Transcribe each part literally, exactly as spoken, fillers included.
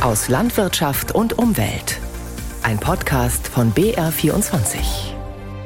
Aus Landwirtschaft und Umwelt. Ein Podcast von B R vierundzwanzig.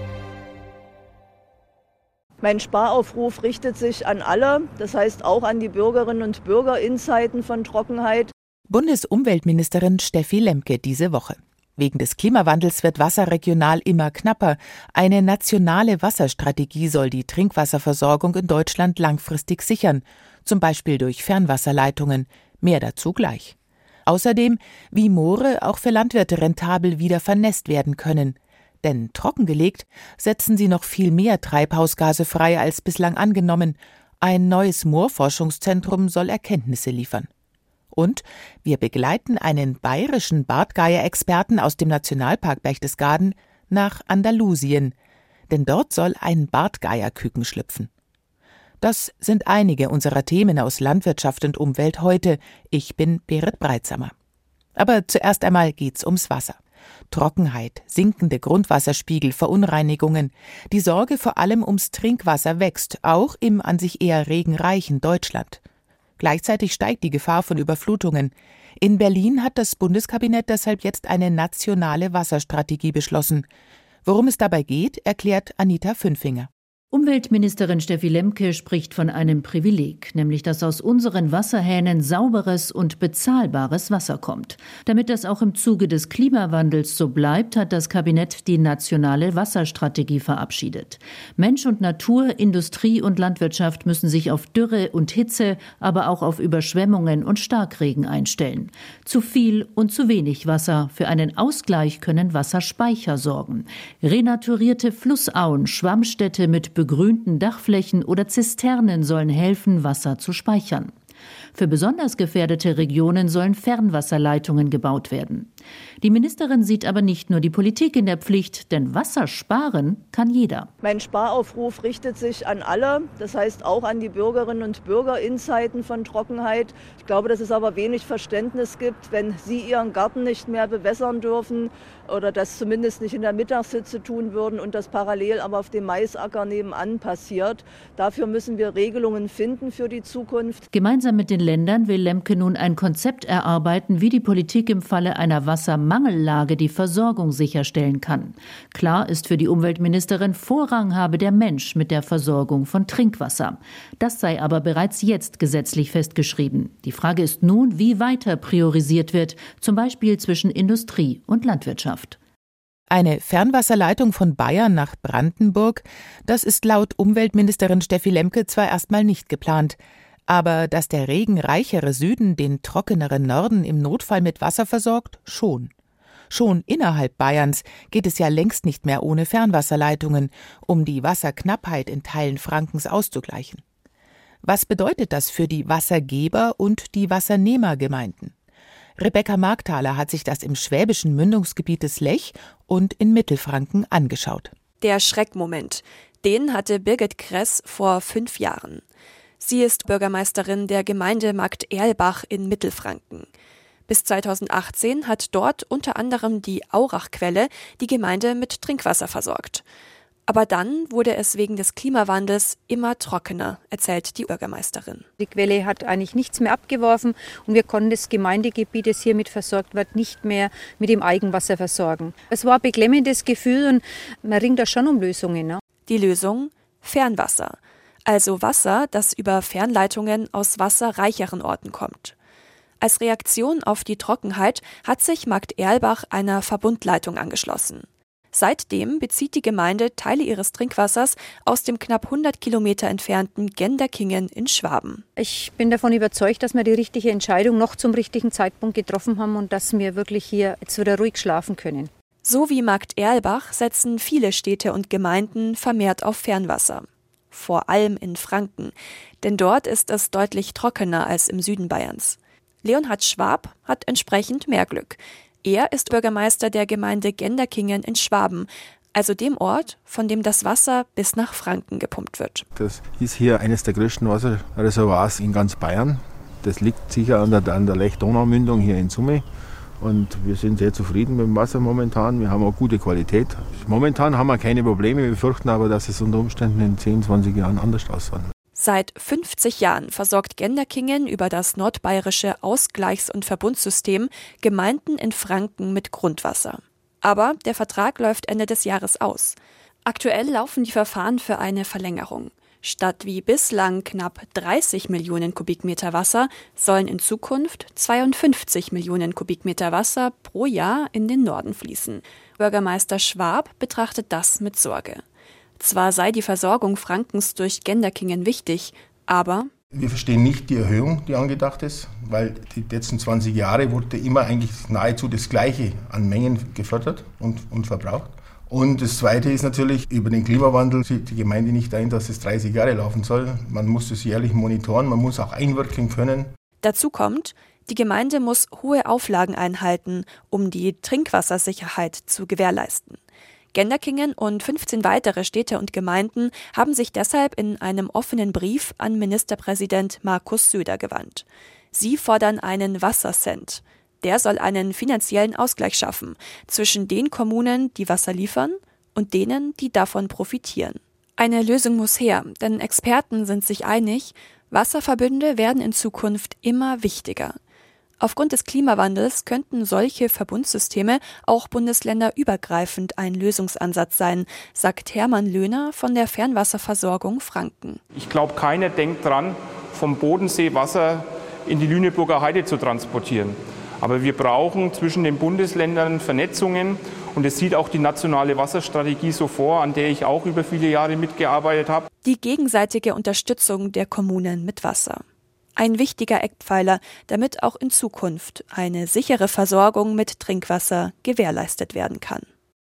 Mein Sparaufruf richtet sich an alle, das heißt auch an die Bürgerinnen und Bürger in Zeiten von Trockenheit. Bundesumweltministerin Steffi Lemke diese Woche. Wegen des Klimawandels wird Wasser regional immer knapper. Eine nationale Wasserstrategie soll die Trinkwasserversorgung in Deutschland langfristig sichern, zum Beispiel durch Fernwasserleitungen. Mehr dazu gleich. Außerdem, wie Moore auch für Landwirte rentabel wieder vernässt werden können. Denn trockengelegt setzen sie noch viel mehr Treibhausgase frei als bislang angenommen. Ein neues Moorforschungszentrum soll Erkenntnisse liefern. Und wir begleiten einen bayerischen Bartgeier-Experten aus dem Nationalpark Berchtesgaden nach Andalusien. Denn dort soll ein Bartgeierküken schlüpfen. Das sind einige unserer Themen aus Landwirtschaft und Umwelt heute. Ich bin Berit Breitsamer. Aber zuerst einmal geht's ums Wasser. Trockenheit, sinkende Grundwasserspiegel, Verunreinigungen. Die Sorge vor allem ums Trinkwasser wächst, auch im an sich eher regenreichen Deutschland. Gleichzeitig steigt die Gefahr von Überflutungen. In Berlin hat das Bundeskabinett deshalb jetzt eine nationale Wasserstrategie beschlossen. Worum es dabei geht, erklärt Anita Fünfinger. Umweltministerin Steffi Lemke spricht von einem Privileg, nämlich dass aus unseren Wasserhähnen sauberes und bezahlbares Wasser kommt. Damit das auch im Zuge des Klimawandels so bleibt, hat das Kabinett die nationale Wasserstrategie verabschiedet. Mensch und Natur, Industrie und Landwirtschaft müssen sich auf Dürre und Hitze, aber auch auf Überschwemmungen und Starkregen einstellen. Zu viel und zu wenig Wasser. Für einen Ausgleich können Wasserspeicher sorgen. Renaturierte Flussauen, Schwammstädte mit begrünten Dachflächen oder Zisternen sollen helfen, Wasser zu speichern. Für besonders gefährdete Regionen sollen Fernwasserleitungen gebaut werden. Die Ministerin sieht aber nicht nur die Politik in der Pflicht, denn Wasser sparen kann jeder. Mein Sparaufruf richtet sich an alle, das heißt auch an die Bürgerinnen und Bürger in Zeiten von Trockenheit. Ich glaube, dass es aber wenig Verständnis gibt, wenn sie ihren Garten nicht mehr bewässern dürfen oder das zumindest nicht in der Mittagshitze tun würden und das parallel aber auf dem Maisacker nebenan passiert. Dafür müssen wir Regelungen finden für die Zukunft. Gemeinsam mit den Ländern will Lemke nun ein Konzept erarbeiten, wie die Politik im Falle einer Wassermangellage die Versorgung sicherstellen kann. Klar ist für die Umweltministerin, Vorrang habe der Mensch mit der Versorgung von Trinkwasser. Das sei aber bereits jetzt gesetzlich festgeschrieben. Die Frage ist nun, wie weiter priorisiert wird, zum Beispiel zwischen Industrie und Landwirtschaft. Eine Fernwasserleitung von Bayern nach Brandenburg, das ist laut Umweltministerin Steffi Lemke zwar erstmal nicht geplant. Aber dass der regenreichere Süden den trockeneren Norden im Notfall mit Wasser versorgt, schon. Schon innerhalb Bayerns geht es ja längst nicht mehr ohne Fernwasserleitungen, um die Wasserknappheit in Teilen Frankens auszugleichen. Was bedeutet das für die Wassergeber und die Wassernehmergemeinden? Rebecca Markthaler hat sich das im schwäbischen Mündungsgebiet des Lech und in Mittelfranken angeschaut. Der Schreckmoment, den hatte Birgit Kress vor fünf Jahren. Sie ist Bürgermeisterin der Gemeinde Markt-Erlbach in Mittelfranken. Bis zweitausendachtzehn hat dort unter anderem die Aurachquelle die Gemeinde mit Trinkwasser versorgt. Aber dann wurde es wegen des Klimawandels immer trockener, erzählt die Bürgermeisterin. Die Quelle hat eigentlich nichts mehr abgeworfen und wir konnten das Gemeindegebiet, das hiermit versorgt wird, nicht mehr mit dem Eigenwasser versorgen. Es war ein beklemmendes Gefühl und man ringt da schon um Lösungen. Ne? Die Lösung? Fernwasser. Also Wasser, das über Fernleitungen aus wasserreicheren Orten kommt. Als Reaktion auf die Trockenheit hat sich Markt-Erlbach einer Verbundleitung angeschlossen. Seitdem bezieht die Gemeinde Teile ihres Trinkwassers aus dem knapp hundert Kilometer entfernten Genderkingen in Schwaben. Ich bin davon überzeugt, dass wir die richtige Entscheidung noch zum richtigen Zeitpunkt getroffen haben und dass wir wirklich hier jetzt wieder ruhig schlafen können. So wie Markt-Erlbach setzen viele Städte und Gemeinden vermehrt auf Fernwasser. Vor allem in Franken, denn dort ist es deutlich trockener als im Süden Bayerns. Leonhard Schwab hat entsprechend mehr Glück. Er ist Bürgermeister der Gemeinde Genderkingen in Schwaben, also dem Ort, von dem das Wasser bis nach Franken gepumpt wird. Das ist hier eines der größten Wasserreservoirs in ganz Bayern. Das liegt sicher an der, an der Lech-Donau-Mündung hier in Summe. Und wir sind sehr zufrieden mit dem Wasser momentan. Wir haben auch gute Qualität. Momentan haben wir keine Probleme. Wir fürchten aber, dass es unter Umständen in zehn, zwanzig Jahren anders aussieht. Seit fünfzig Jahren versorgt Genderkingen über das nordbayerische Ausgleichs- und Verbundsystem Gemeinden in Franken mit Grundwasser. Aber der Vertrag läuft Ende des Jahres aus. Aktuell laufen die Verfahren für eine Verlängerung. Statt wie bislang knapp dreißig Millionen Kubikmeter Wasser sollen in Zukunft zweiundfünfzig Millionen Kubikmeter Wasser pro Jahr in den Norden fließen. Bürgermeister Schwab betrachtet das mit Sorge. Zwar sei die Versorgung Frankens durch Genderkingen wichtig, aber wir verstehen nicht die Erhöhung, die angedacht ist, weil die letzten zwanzig Jahre wurde immer eigentlich nahezu das Gleiche an Mengen gefördert und, und verbraucht. Und das Zweite ist natürlich, über den Klimawandel sieht die Gemeinde nicht ein, dass es dreißig Jahre laufen soll. Man muss das jährlich monitoren, man muss auch einwirken können. Dazu kommt, die Gemeinde muss hohe Auflagen einhalten, um die Trinkwassersicherheit zu gewährleisten. Genderkingen und fünfzehn weitere Städte und Gemeinden haben sich deshalb in einem offenen Brief an Ministerpräsident Markus Söder gewandt. Sie fordern einen Wassercent. Der soll einen finanziellen Ausgleich schaffen zwischen den Kommunen, die Wasser liefern, und denen, die davon profitieren. Eine Lösung muss her, denn Experten sind sich einig, Wasserverbünde werden in Zukunft immer wichtiger. Aufgrund des Klimawandels könnten solche Verbundsysteme auch bundesländerübergreifend ein Lösungsansatz sein, sagt Hermann Löhner von der Fernwasserversorgung Franken. Ich glaube, keiner denkt dran, vom Bodensee Wasser in die Lüneburger Heide zu transportieren. Aber wir brauchen zwischen den Bundesländern Vernetzungen und es sieht auch die nationale Wasserstrategie so vor, an der ich auch über viele Jahre mitgearbeitet habe. Die gegenseitige Unterstützung der Kommunen mit Wasser. Ein wichtiger Eckpfeiler, damit auch in Zukunft eine sichere Versorgung mit Trinkwasser gewährleistet werden kann.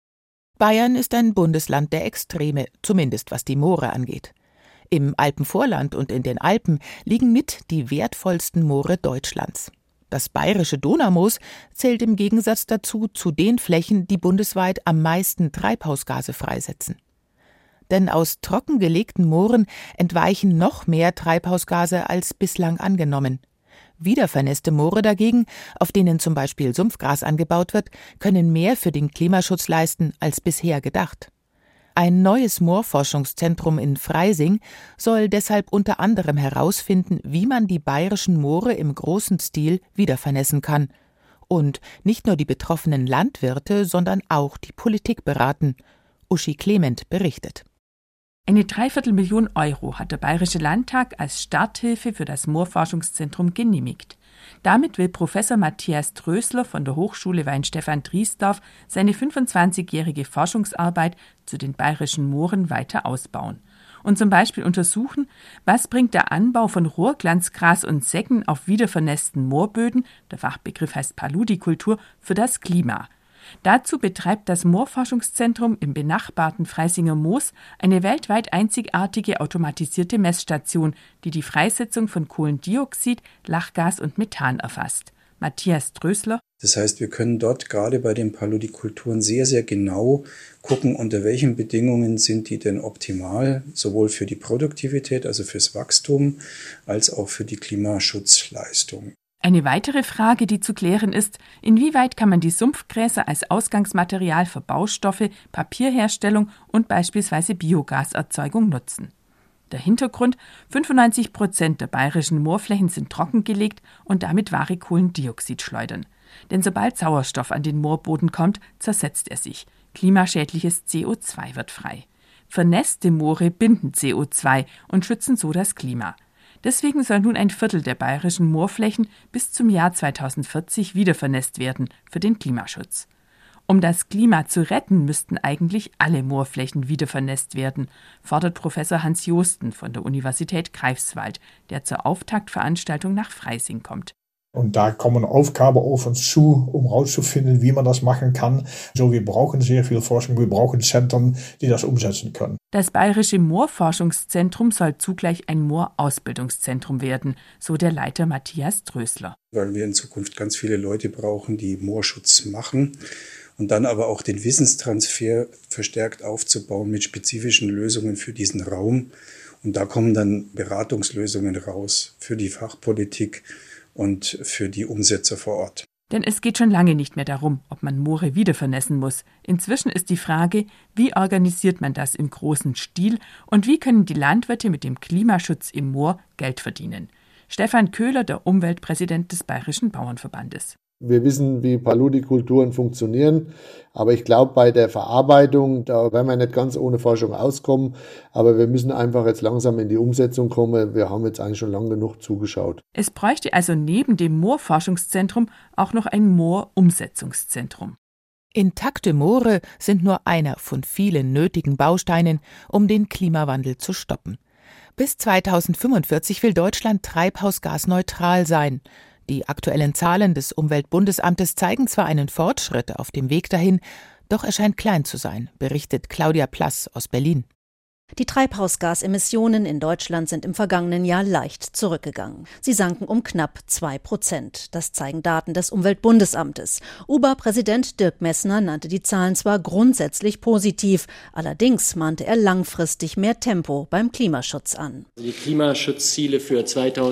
Bayern ist ein Bundesland der Extreme, zumindest was die Moore angeht. Im Alpenvorland und in den Alpen liegen mit die wertvollsten Moore Deutschlands. Das bayerische Donaumoos zählt im Gegensatz dazu zu den Flächen, die bundesweit am meisten Treibhausgase freisetzen. Denn aus trockengelegten Mooren entweichen noch mehr Treibhausgase als bislang angenommen. Wiedervernässte Moore dagegen, auf denen zum Beispiel Sumpfgras angebaut wird, können mehr für den Klimaschutz leisten als bisher gedacht. Ein neues Moorforschungszentrum in Freising soll deshalb unter anderem herausfinden, wie man die bayerischen Moore im großen Stil wiedervernässen kann. Und nicht nur die betroffenen Landwirte, sondern auch die Politik beraten. Uschi Clement berichtet. Eine Dreiviertelmillion Euro hat der Bayerische Landtag als Starthilfe für das Moorforschungszentrum genehmigt. Damit will Professor Matthias Trösler von der Hochschule Weinstefan-Driesdorf seine fünfundzwanzigjährige Forschungsarbeit zu den bayerischen Mooren weiter ausbauen und zum Beispiel untersuchen, was bringt der Anbau von Rohrglanzgras und Seggen auf wiedervernässten Moorböden, der Fachbegriff heißt Paludikultur, für das Klima. Dazu betreibt das Moorforschungszentrum im benachbarten Freisinger Moos eine weltweit einzigartige automatisierte Messstation, die die Freisetzung von Kohlendioxid, Lachgas und Methan erfasst. Matthias Trösler. Das heißt, wir können dort gerade bei den Paludikulturen sehr, sehr genau gucken, unter welchen Bedingungen sind die denn optimal, sowohl für die Produktivität, also fürs Wachstum, als auch für die Klimaschutzleistung. Eine weitere Frage, die zu klären ist, inwieweit kann man die Sumpfgräser als Ausgangsmaterial für Baustoffe, Papierherstellung und beispielsweise Biogaserzeugung nutzen. Der Hintergrund: fünfundneunzig Prozent der bayerischen Moorflächen sind trockengelegt und damit wahre Kohlendioxidschleudern. Denn sobald Sauerstoff an den Moorboden kommt, zersetzt er sich. Klimaschädliches C O zwei wird frei. Vernässte Moore binden C O zwei und schützen so das Klima. Deswegen soll nun ein Viertel der bayerischen Moorflächen bis zum Jahr zweitausendvierzig wiedervernässt werden für den Klimaschutz. Um das Klima zu retten, müssten eigentlich alle Moorflächen wiedervernässt werden, fordert Professor Hans Joosten von der Universität Greifswald, der zur Auftaktveranstaltung nach Freising kommt. Und da kommen Aufgaben auf uns zu, um herauszufinden, wie man das machen kann. So, wir brauchen sehr viel Forschung, wir brauchen Zentren, die das umsetzen können. Das Bayerische Moorforschungszentrum soll zugleich ein Moorausbildungszentrum werden, so der Leiter Matthias Trösler. Weil wir in Zukunft ganz viele Leute brauchen, die Moorschutz machen und dann aber auch den Wissenstransfer verstärkt aufzubauen mit spezifischen Lösungen für diesen Raum. Und da kommen dann Beratungslösungen raus für die Fachpolitik und für die Umsetzer vor Ort. Denn es geht schon lange nicht mehr darum, ob man Moore wieder vernässen muss. Inzwischen ist die Frage, wie organisiert man das im großen Stil und wie können die Landwirte mit dem Klimaschutz im Moor Geld verdienen. Stefan Köhler, der Umweltpräsident des Bayerischen Bauernverbandes. Wir wissen, wie Paludikulturen funktionieren, aber ich glaube, bei der Verarbeitung, da werden wir nicht ganz ohne Forschung auskommen, aber wir müssen einfach jetzt langsam in die Umsetzung kommen. Wir haben jetzt eigentlich schon lange genug zugeschaut. Es bräuchte also neben dem Moorforschungszentrum auch noch ein Moorumsetzungszentrum. Intakte Moore sind nur einer von vielen nötigen Bausteinen, um den Klimawandel zu stoppen. Bis zweitausendfünfundvierzig will Deutschland treibhausgasneutral sein. Die aktuellen Zahlen des Umweltbundesamtes zeigen zwar einen Fortschritt auf dem Weg dahin, doch er scheint klein zu sein, berichtet Claudia Plass aus Berlin. Die Treibhausgasemissionen in Deutschland sind im vergangenen Jahr leicht zurückgegangen. Sie sanken um knapp zwei Prozent. Das zeigen Daten des Umweltbundesamtes. U B A-Präsident Dirk Messner nannte die Zahlen zwar grundsätzlich positiv, allerdings mahnte er langfristig mehr Tempo beim Klimaschutz an. Die Klimaschutzziele für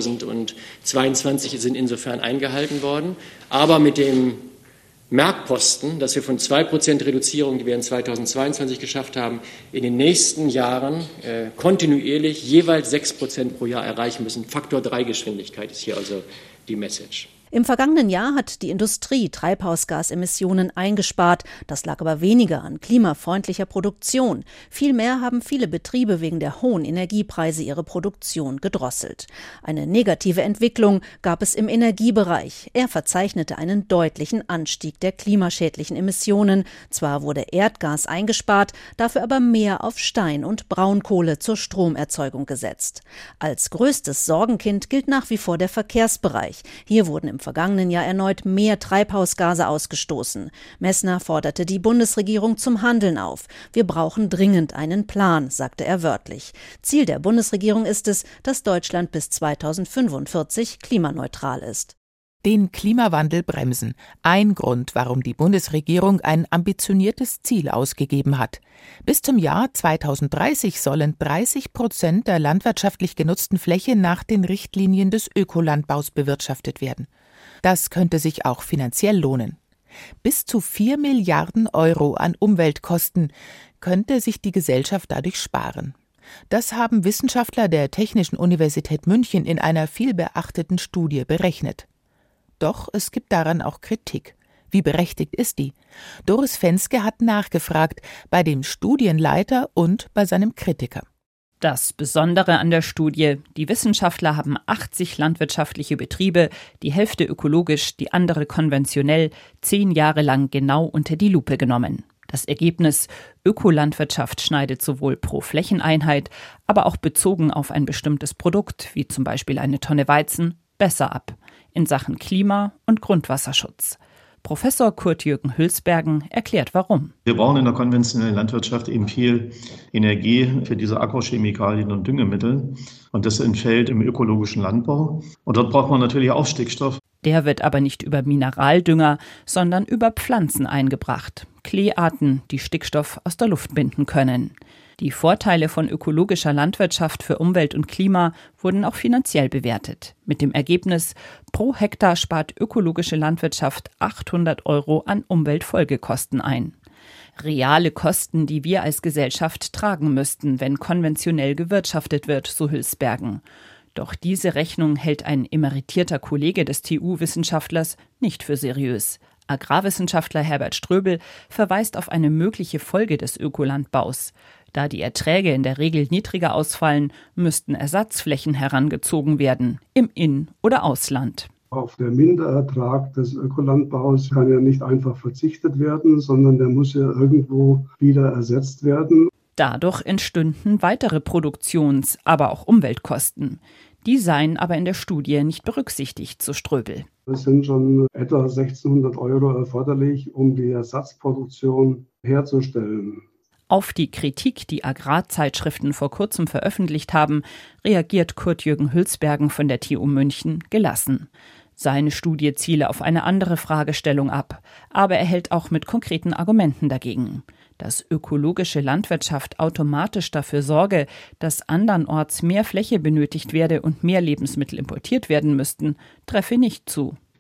zweitausendzweiundzwanzig sind insofern eingehalten worden, aber mit dem Merkposten, dass wir von zwei Prozent Reduzierung, die wir in zweitausendzweiundzwanzig geschafft haben, in den nächsten Jahren äh, kontinuierlich jeweils sechs Prozent pro Jahr erreichen müssen. Faktor drei Geschwindigkeit ist hier also die Message. Im vergangenen Jahr hat die Industrie Treibhausgasemissionen eingespart. Das lag aber weniger an klimafreundlicher Produktion. Vielmehr haben viele Betriebe wegen der hohen Energiepreise ihre Produktion gedrosselt. Eine negative Entwicklung gab es im Energiebereich. Er verzeichnete einen deutlichen Anstieg der klimaschädlichen Emissionen. Zwar wurde Erdgas eingespart, dafür aber mehr auf Stein- und Braunkohle zur Stromerzeugung gesetzt. Als größtes Sorgenkind gilt nach wie vor der Verkehrsbereich. Hier wurden im vergangenen Jahr erneut mehr Treibhausgase ausgestoßen. Messner forderte die Bundesregierung zum Handeln auf. Wir brauchen dringend einen Plan, sagte er wörtlich. Ziel der Bundesregierung ist es, dass Deutschland bis zweitausendfünfundvierzig klimaneutral ist. Den Klimawandel bremsen. Ein Grund, warum die Bundesregierung ein ambitioniertes Ziel ausgegeben hat. Bis zum Jahr zweitausenddreißig sollen dreißig Prozent der landwirtschaftlich genutzten Fläche nach den Richtlinien des Ökolandbaus bewirtschaftet werden. Das könnte sich auch finanziell lohnen. Bis zu vier Milliarden Euro an Umweltkosten könnte sich die Gesellschaft dadurch sparen. Das haben Wissenschaftler der Technischen Universität München in einer vielbeachteten Studie berechnet. Doch es gibt daran auch Kritik. Wie berechtigt ist die? Doris Fenske hat nachgefragt bei dem Studienleiter und bei seinem Kritiker. Das Besondere an der Studie: Die Wissenschaftler haben achtzig landwirtschaftliche Betriebe, die Hälfte ökologisch, die andere konventionell, zehn Jahre lang genau unter die Lupe genommen. Das Ergebnis: Ökolandwirtschaft schneidet sowohl pro Flächeneinheit, aber auch bezogen auf ein bestimmtes Produkt, wie zum Beispiel eine Tonne Weizen, besser ab. In Sachen Klima- und Grundwasserschutz. Professor Kurt-Jürgen Hülsbergen erklärt, warum. Wir brauchen in der konventionellen Landwirtschaft eben viel Energie für diese Agrochemikalien und Düngemittel. Und das entfällt im ökologischen Landbau. Und dort braucht man natürlich auch Stickstoff. Der wird aber nicht über Mineraldünger, sondern über Pflanzen eingebracht. Kleearten, die Stickstoff aus der Luft binden können. Die Vorteile von ökologischer Landwirtschaft für Umwelt und Klima wurden auch finanziell bewertet. Mit dem Ergebnis: Pro Hektar spart ökologische Landwirtschaft achthundert Euro an Umweltfolgekosten ein. Reale Kosten, die wir als Gesellschaft tragen müssten, wenn konventionell gewirtschaftet wird, so Hülsbergen. Doch diese Rechnung hält ein emeritierter Kollege des T U-Wissenschaftlers nicht für seriös. Agrarwissenschaftler Herbert Ströbel verweist auf eine mögliche Folge des Ökolandbaus. Da die Erträge in der Regel niedriger ausfallen, müssten Ersatzflächen herangezogen werden, im In- oder Ausland. Auf den Minderertrag des Ökolandbaus kann ja nicht einfach verzichtet werden, sondern der muss ja irgendwo wieder ersetzt werden. Dadurch entstünden weitere Produktions-, aber auch Umweltkosten. Die seien aber in der Studie nicht berücksichtigt, so Ströbel. Es sind schon etwa sechzehnhundert Euro erforderlich, um die Ersatzproduktion herzustellen. Auf die Kritik, die Agrarzeitschriften vor kurzem veröffentlicht haben, reagiert Kurt-Jürgen Hülsbergen von der T U München gelassen. Seine Studie ziele auf eine andere Fragestellung ab, aber er hält auch mit konkreten Argumenten dagegen. Dass ökologische Landwirtschaft automatisch dafür sorge, dass andernorts mehr Fläche benötigt werde und mehr Lebensmittel importiert werden müssten, treffe nicht zu.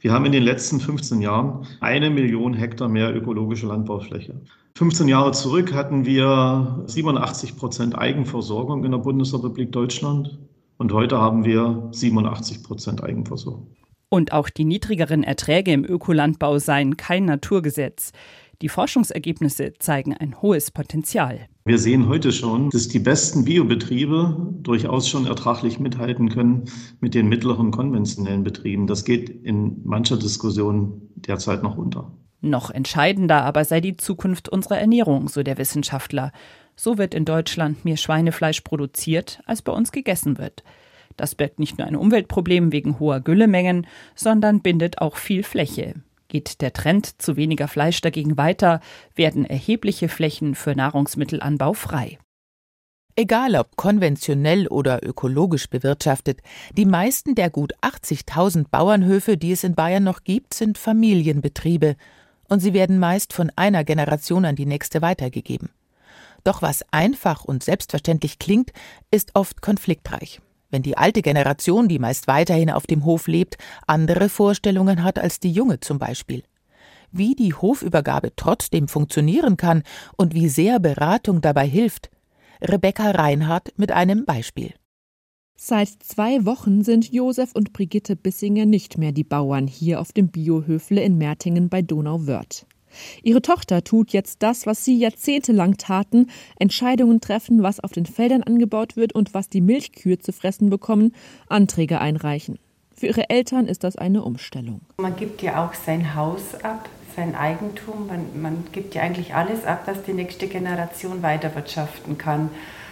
Wir haben in den letzten fünfzehn Jahren eine Million Hektar mehr ökologische Landbaufläche. fünfzehn Jahre zurück hatten wir siebenundachtzig Prozent Eigenversorgung in der Bundesrepublik Deutschland und heute haben wir siebenundachtzig Prozent Eigenversorgung. Und auch die niedrigeren Erträge im Ökolandbau seien kein Naturgesetz. Die Forschungsergebnisse zeigen ein hohes Potenzial. Wir sehen heute schon, dass die besten Biobetriebe durchaus schon ertraglich mithalten können mit den mittleren konventionellen Betrieben. Das geht in mancher Diskussion derzeit noch unter. Noch entscheidender aber sei die Zukunft unserer Ernährung, so der Wissenschaftler. So wird in Deutschland mehr Schweinefleisch produziert, als bei uns gegessen wird. Das birgt nicht nur ein Umweltproblem wegen hoher Güllemengen, sondern bindet auch viel Fläche. Geht der Trend zu weniger Fleisch dagegen weiter, werden erhebliche Flächen für Nahrungsmittelanbau frei. Egal ob konventionell oder ökologisch bewirtschaftet, die meisten der gut achtzigtausend Bauernhöfe, die es in Bayern noch gibt, sind Familienbetriebe und sie werden meist von einer Generation an die nächste weitergegeben. Doch was einfach und selbstverständlich klingt, ist oft konfliktreich. Wenn die alte Generation, die meist weiterhin auf dem Hof lebt, andere Vorstellungen hat als die junge zum Beispiel. Wie die Hofübergabe trotzdem funktionieren kann und wie sehr Beratung dabei hilft. Rebecca Reinhardt mit einem Beispiel. Seit zwei Wochen sind Josef und Brigitte Bissinger nicht mehr die Bauern hier auf dem Biohöfle in Mertingen bei Donauwörth. Ihre Tochter tut jetzt das, was sie jahrzehntelang taten, Entscheidungen treffen, was auf den Feldern angebaut wird und was die Milchkühe zu fressen bekommen, Anträge einreichen. Für ihre Eltern ist das eine Umstellung. Man gibt ja auch sein Haus ab, sein Eigentum, man, man gibt ja eigentlich alles ab, dass die nächste Generation weiterwirtschaften kann.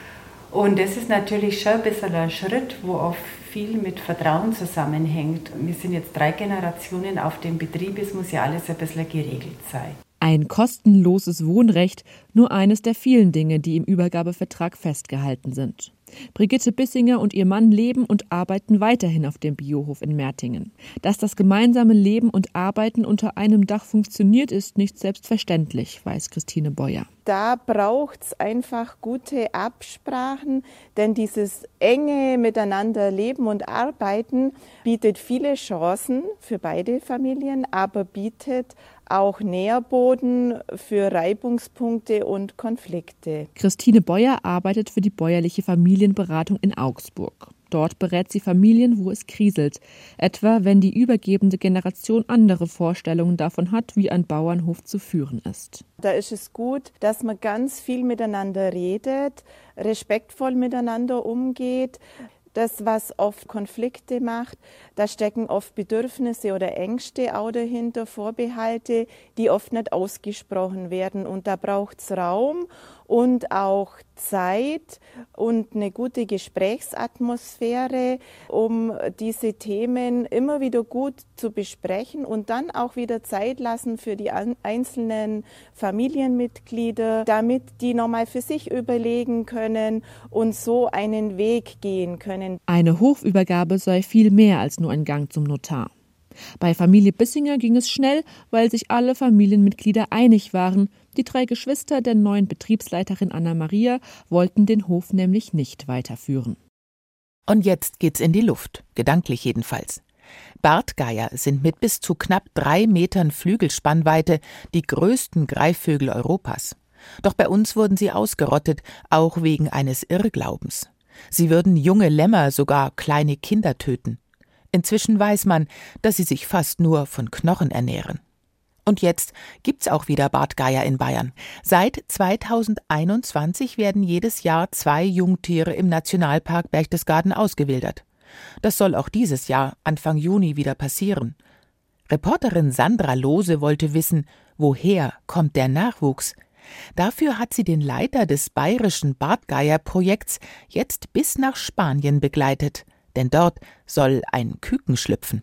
Und das ist natürlich schon ein bisschen ein Schritt, wo auch viel mit Vertrauen zusammenhängt. Wir sind jetzt drei Generationen auf dem Betrieb, es muss ja alles ein bisschen geregelt sein. Ein kostenloses Wohnrecht, nur eines der vielen Dinge, die im Übergabevertrag festgehalten sind. Brigitte Bissinger und ihr Mann leben und arbeiten weiterhin auf dem Biohof in Mertingen. Dass das gemeinsame Leben und Arbeiten unter einem Dach funktioniert, ist nicht selbstverständlich, weiß Christine Beuer. Da braucht es einfach gute Absprachen, denn dieses enge Miteinander leben und arbeiten bietet viele Chancen für beide Familien, aber bietet auch Nährboden für Reibungspunkte und Konflikte. Christine Beuer arbeitet für die bäuerliche Familienberatung in Augsburg. Dort berät sie Familien, wo es kriselt, etwa wenn die übergebende Generation andere Vorstellungen davon hat, wie ein Bauernhof zu führen ist. Da ist es gut, dass man ganz viel miteinander redet, respektvoll miteinander umgeht. Das, was oft Konflikte macht, da stecken oft Bedürfnisse oder Ängste auch dahinter, Vorbehalte, die oft nicht ausgesprochen werden. Und da braucht es Raum und auch Zeit und eine gute Gesprächsatmosphäre, um diese Themen immer wieder gut zu besprechen und dann auch wieder Zeit lassen für die einzelnen Familienmitglieder, damit die nochmal für sich überlegen können und so einen Weg gehen können. Eine Hofübergabe sei viel mehr als nur ein Gang zum Notar. Bei Familie Bissinger ging es schnell, weil sich alle Familienmitglieder einig waren. Die drei Geschwister der neuen Betriebsleiterin Anna-Maria wollten den Hof nämlich nicht weiterführen. Und jetzt geht's in die Luft, gedanklich jedenfalls. Bartgeier sind mit bis zu knapp drei Metern Flügelspannweite die größten Greifvögel Europas. Doch bei uns wurden sie ausgerottet, auch wegen eines Irrglaubens. Sie würden junge Lämmer, sogar kleine Kinder töten. Inzwischen weiß man, dass sie sich fast nur von Knochen ernähren. Und jetzt gibt's auch wieder Bartgeier in Bayern. Seit zweitausendeinundzwanzig werden jedes Jahr zwei Jungtiere im Nationalpark Berchtesgaden ausgewildert. Das soll auch dieses Jahr, Anfang Juni, wieder passieren. Reporterin Sandra Lohse wollte wissen, woher kommt der Nachwuchs? Dafür hat sie den Leiter des bayerischen Bartgeier-Projekts jetzt bis nach Spanien begleitet. Denn dort soll ein Küken schlüpfen.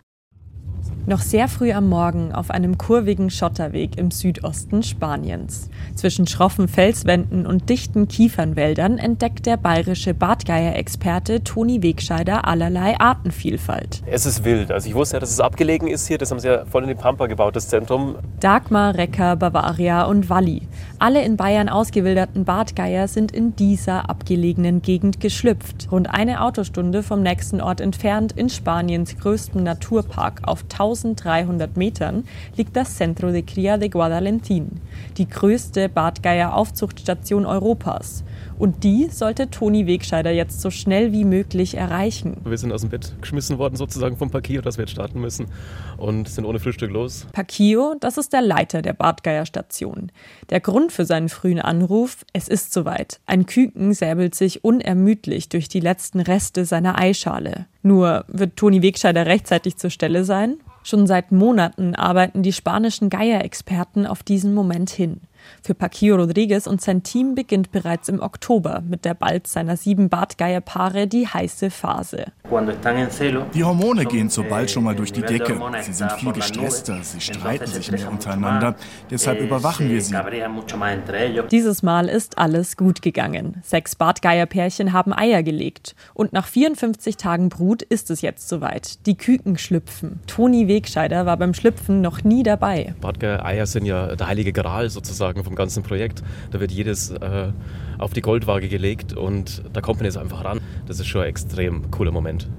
Noch sehr früh am Morgen auf einem kurvigen Schotterweg im Südosten Spaniens. Zwischen schroffen Felswänden und dichten Kiefernwäldern entdeckt der bayerische Bartgeier-Experte Toni Wegscheider allerlei Artenvielfalt. Es ist wild. Also ich wusste ja, dass es abgelegen ist hier. Das haben sie ja voll in die Pampa gebaut, das Zentrum. Dagmar, Recker, Bavaria und Walli. Alle in Bayern ausgewilderten Bartgeier sind in dieser abgelegenen Gegend geschlüpft. Rund eine Autostunde vom nächsten Ort entfernt in Spaniens größtem Naturpark auf tausend eintausenddreihundert Metern liegt das Centro de Cría de Guadalentín, die größte Bartgeier-Aufzuchtstation Europas. Und die sollte Toni Wegscheider jetzt so schnell wie möglich erreichen. Wir sind aus dem Bett geschmissen worden sozusagen vom Pacquiao, dass wir jetzt starten müssen und sind ohne Frühstück los. Pacquiao, das ist der Leiter der Bartgeier-Station. Der Grund für seinen frühen Anruf: Es ist soweit. Ein Küken säbelt sich unermüdlich durch die letzten Reste seiner Eischale. Nur, wird Toni Wegscheider rechtzeitig zur Stelle sein? Schon seit Monaten arbeiten die spanischen Geier-Experten auf diesen Moment hin. Für Pacquiao Rodriguez und sein Team beginnt bereits im Oktober mit der Balz seiner sieben Bartgeierpaare die heiße Phase. Die Hormone gehen zur Balz schon mal durch die Decke. Sie sind viel gestresster, sie streiten sich mehr untereinander. Deshalb überwachen wir sie. Dieses Mal ist alles gut gegangen. Sechs Bartgeierpärchen haben Eier gelegt. Und nach vierundfünfzig Tagen Brut ist es jetzt soweit. Die Küken schlüpfen. Toni Wegscheider war beim Schlüpfen noch nie dabei. Bartgeier-Eier sind ja der heilige Gral sozusagen vom ganzen Projekt. Da wird jedes äh, auf die Goldwaage gelegt und da kommt man jetzt einfach ran. Das ist schon ein extrem cooler Moment.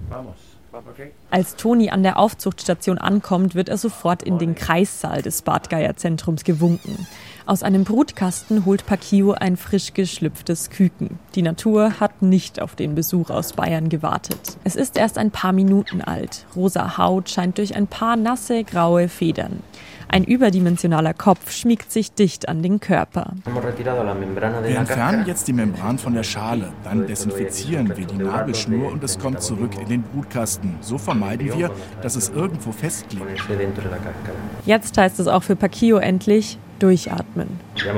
Als Toni an der Aufzuchtstation ankommt, wird er sofort in den Kreissaal des Bartgeierzentrums gewunken. Aus einem Brutkasten holt Pacquiao ein frisch geschlüpftes Küken. Die Natur hat nicht auf den Besuch aus Bayern gewartet. Es ist erst ein paar Minuten alt. Rosa Haut scheint durch ein paar nasse, graue Federn. Ein überdimensionaler Kopf schmiegt sich dicht an den Körper. Wir entfernen jetzt die Membran von der Schale, dann desinfizieren wir die Nabelschnur und es kommt zurück in den Brutkasten. So vermeiden wir, dass es irgendwo festklebt. Jetzt heißt es auch für Pacquiao endlich: Durchatmen.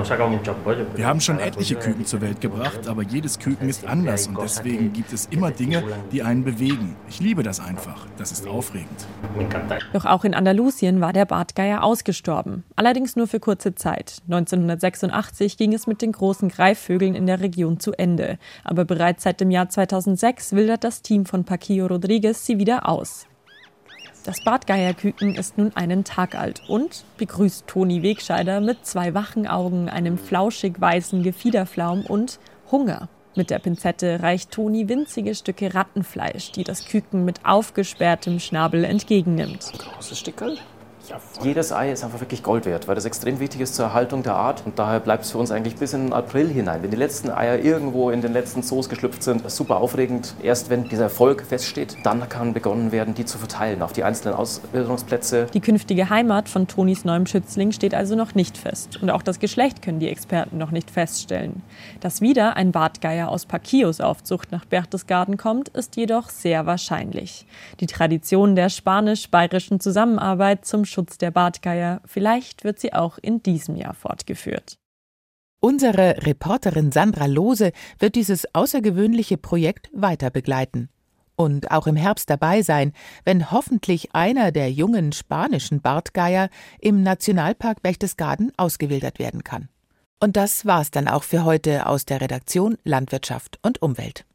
Wir haben schon etliche Küken zur Welt gebracht, aber jedes Küken ist anders und deswegen gibt es immer Dinge, die einen bewegen. Ich liebe das einfach. Das ist aufregend. Doch auch in Andalusien war der Bartgeier ausgestorben. Allerdings nur für kurze Zeit. neunzehnhundertsechsundachtzig ging es mit den großen Greifvögeln in der Region zu Ende. Aber bereits seit dem Jahr zweitausendsechs wildert das Team von Pacquiao Rodriguez sie wieder aus. Das Bartgeierküken ist nun einen Tag alt und begrüßt Toni Wegscheider mit zwei wachen Augen, einem flauschig weißen Gefiederflaum und Hunger. Mit der Pinzette reicht Toni winzige Stücke Rattenfleisch, die das Küken mit aufgesperrtem Schnabel entgegennimmt. Großes Stückel. Jedes Ei ist einfach wirklich Gold wert, weil das extrem wichtig ist zur Erhaltung der Art. Und daher bleibt es für uns eigentlich bis in den April hinein. Wenn die letzten Eier irgendwo in den letzten Zoos geschlüpft sind, ist super aufregend. Erst wenn dieser Erfolg feststeht, dann kann begonnen werden, die zu verteilen auf die einzelnen Ausbildungsplätze. Die künftige Heimat von Tonis neuem Schützling steht also noch nicht fest. Und auch das Geschlecht können die Experten noch nicht feststellen. Dass wieder ein Bartgeier aus Pacquiaos Aufzucht nach Berchtesgaden kommt, ist jedoch sehr wahrscheinlich. Die Tradition der spanisch-bayerischen Zusammenarbeit zum Schutz der Bartgeier, vielleicht wird sie auch in diesem Jahr fortgeführt. Unsere Reporterin Sandra Lohse wird dieses außergewöhnliche Projekt weiter begleiten. Und auch im Herbst dabei sein, wenn hoffentlich einer der jungen spanischen Bartgeier im Nationalpark Berchtesgaden ausgewildert werden kann. Und das war's dann auch für heute aus der Redaktion Landwirtschaft und Umwelt.